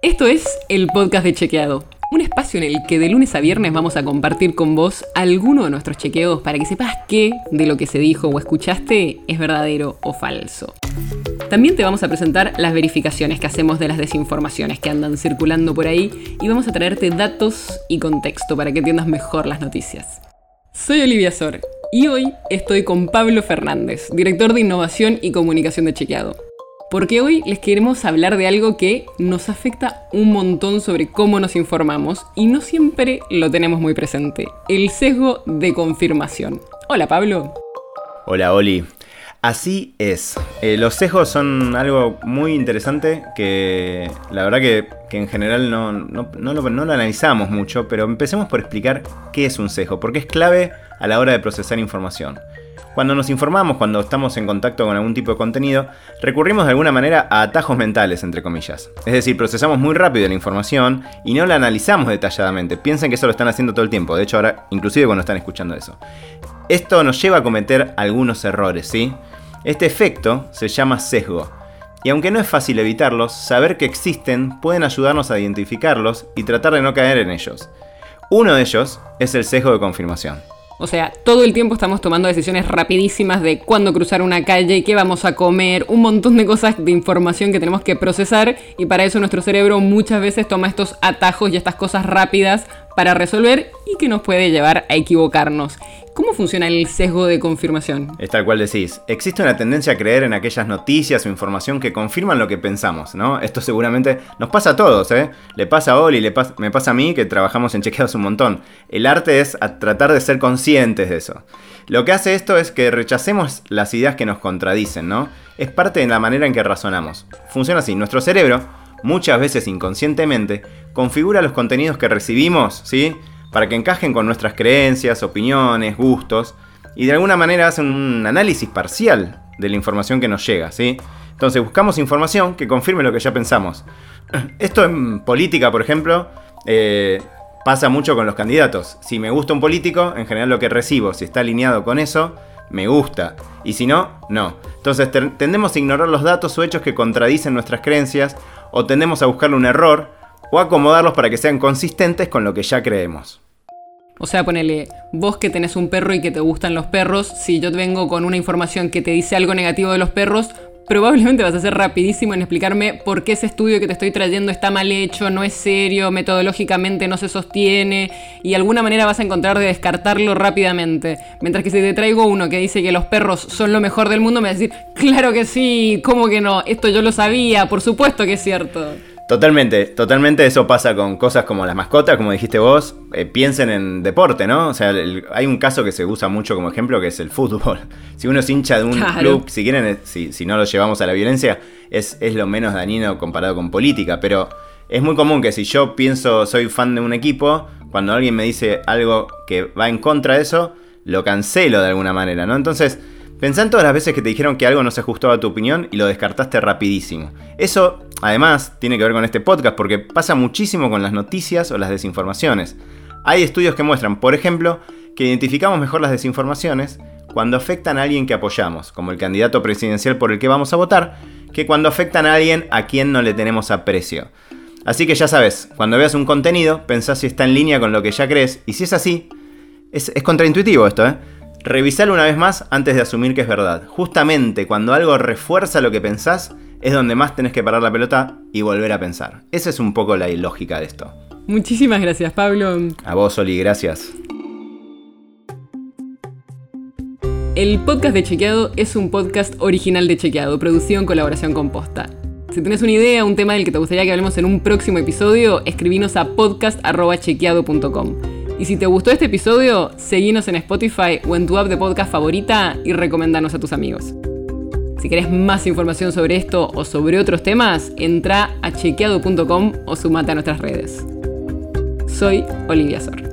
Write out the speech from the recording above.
Esto es el podcast de Chequeado, un espacio en el que de lunes a viernes vamos a compartir con vos alguno de nuestros chequeos para que sepas qué de lo que se dijo o escuchaste es verdadero o falso. También te vamos a presentar las verificaciones que hacemos de las desinformaciones que andan circulando por ahí y vamos a traerte datos y contexto para que entiendas mejor las noticias. Soy Olivia Sor y hoy estoy con Pablo Fernández, director de Innovación y Comunicación de Chequeado. Porque hoy les queremos hablar de algo que nos afecta un montón sobre cómo nos informamos y no siempre lo tenemos muy presente, el sesgo de confirmación. Hola Pablo. Hola Oli. Así es. Los sesgos son algo muy interesante que la verdad que en general no lo analizamos mucho, pero empecemos por explicar qué es un sesgo, porque es clave a la hora de procesar información. Cuando nos informamos, cuando estamos en contacto con algún tipo de contenido, recurrimos de alguna manera a atajos mentales, entre comillas. Es decir, procesamos muy rápido la información y no la analizamos detalladamente. Piensen que eso lo están haciendo todo el tiempo, de hecho ahora, inclusive cuando están escuchando eso. Esto nos lleva a cometer algunos errores, ¿sí? Este efecto se llama sesgo. Y aunque no es fácil evitarlos, saber que existen pueden ayudarnos a identificarlos y tratar de no caer en ellos. Uno de ellos es el sesgo de confirmación. O sea, todo el tiempo estamos tomando decisiones rapidísimas de cuándo cruzar una calle, qué vamos a comer, un montón de cosas de información que tenemos que procesar y para eso nuestro cerebro muchas veces toma estos atajos y estas cosas rápidas para resolver y que nos puede llevar a equivocarnos. ¿Cómo funciona el sesgo de confirmación? Es tal cual decís. Existe una tendencia a creer en aquellas noticias o información que confirman lo que pensamos, ¿no? Esto seguramente nos pasa a todos, ¿eh? Le pasa a Oli, me pasa a mí, que trabajamos en Chequeados un montón. El arte es tratar de ser conscientes de eso. Lo que hace esto es que rechacemos las ideas que nos contradicen, ¿no? Es parte de la manera en que razonamos. Funciona así. Nuestro cerebro, muchas veces inconscientemente, configura los contenidos que recibimos, ¿sí?, para que encajen con nuestras creencias, opiniones, gustos, y de alguna manera hacen un análisis parcial de la información que nos llega, ¿sí? Entonces buscamos información que confirme lo que ya pensamos. Esto en política, por ejemplo, pasa mucho con los candidatos. Si me gusta un político, en general lo que recibo, si está alineado con eso, me gusta. Y si no, no. Entonces tendemos a ignorar los datos o hechos que contradicen nuestras creencias, o tendemos a buscarle un error, o acomodarlos para que sean consistentes con lo que ya creemos. O sea, ponele, vos que tenés un perro y que te gustan los perros, si yo te vengo con una información que te dice algo negativo de los perros, probablemente vas a ser rapidísimo en explicarme por qué ese estudio que te estoy trayendo está mal hecho, no es serio, metodológicamente no se sostiene, y de alguna manera vas a encontrar de descartarlo rápidamente. Mientras que si te traigo uno que dice que los perros son lo mejor del mundo, me vas a decir, claro que sí, ¿cómo que no? Esto yo lo sabía, por supuesto que es cierto. Totalmente eso pasa con cosas como las mascotas, como dijiste vos. Piensen en deporte, ¿no? O sea, hay un caso que se usa mucho como ejemplo que es el fútbol. Si uno es hincha de un club, si quieren, si no lo llevamos a la violencia, es lo menos dañino comparado con política. Pero es muy común que si yo soy fan de un equipo, cuando alguien me dice algo que va en contra de eso, lo cancelo de alguna manera, ¿no? Entonces, pensá en todas las veces que te dijeron que algo no se ajustaba a tu opinión y lo descartaste rapidísimo. Eso, además, tiene que ver con este podcast porque pasa muchísimo con las noticias o las desinformaciones. Hay estudios que muestran, por ejemplo, que identificamos mejor las desinformaciones cuando afectan a alguien que apoyamos, como el candidato presidencial por el que vamos a votar, que cuando afectan a alguien a quien no le tenemos aprecio. Así que ya sabes, cuando veas un contenido, pensá si está en línea con lo que ya crees, y si es así, es contraintuitivo esto, ¿eh? Revisalo una vez más antes de asumir que es verdad. Justamente cuando algo refuerza lo que pensás, es donde más tenés que parar la pelota y volver a pensar. Esa es un poco la lógica de esto. Muchísimas gracias, Pablo. A vos, Oli, gracias. El podcast de Chequeado es un podcast original de Chequeado, producido en colaboración con Posta. Si tenés una idea, un tema del que te gustaría que hablemos en un próximo episodio, escribinos a podcast@chequeado.com. Y si te gustó este episodio, seguinos en Spotify o en tu app de podcast favorita y recomendanos a tus amigos. Si querés más información sobre esto o sobre otros temas, entra a chequeado.com o sumate a nuestras redes. Soy Olivia Sor.